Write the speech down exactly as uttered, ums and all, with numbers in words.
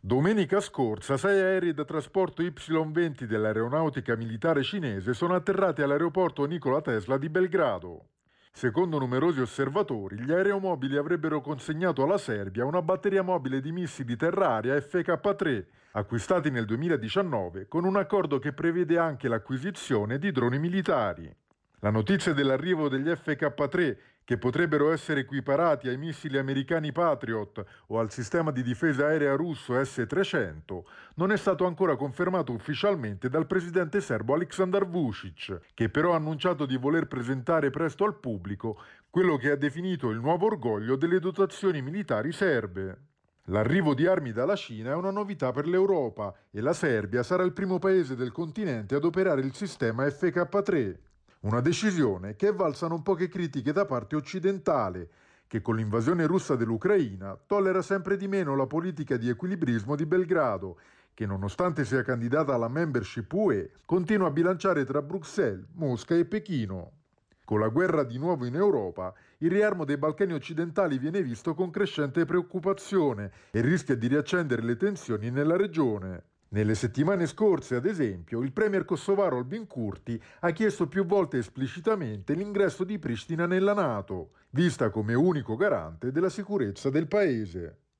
Domenica scorsa sei aerei da trasporto Y venti dell'aeronautica militare cinese sono atterrati all'aeroporto Nikola Tesla di Belgrado. Secondo numerosi osservatori, gli aeromobili avrebbero consegnato alla Serbia una batteria mobile di missili terra-aria F K tre, acquistati nel duemiladiciannove, con un accordo che prevede anche l'acquisizione di droni militari. La notizia dell'arrivo degli F K tre, che potrebbero essere equiparati ai missili americani Patriot o al sistema di difesa aerea russo S trecento, non è stato ancora confermato ufficialmente dal presidente serbo Aleksandar Vučić, che però ha annunciato di voler presentare presto al pubblico quello che ha definito il nuovo orgoglio delle dotazioni militari serbe. L'arrivo di armi dalla Cina è una novità per l'Europa e la Serbia sarà il primo paese del continente ad operare il sistema F K tre. Una decisione che è valsa non poche critiche da parte occidentale, che con l'invasione russa dell'Ucraina tollera sempre di meno la politica di equilibrismo di Belgrado, che nonostante sia candidata alla membership U E, continua a bilanciare tra Bruxelles, Mosca e Pechino. Con la guerra di nuovo in Europa, il riarmo dei Balcani occidentali viene visto con crescente preoccupazione e rischia di riaccendere le tensioni nella regione. Nelle settimane scorse, ad esempio, il premier kosovaro Albin Kurti ha chiesto più volte esplicitamente l'ingresso di Pristina nella NATO, vista come unico garante della sicurezza del paese.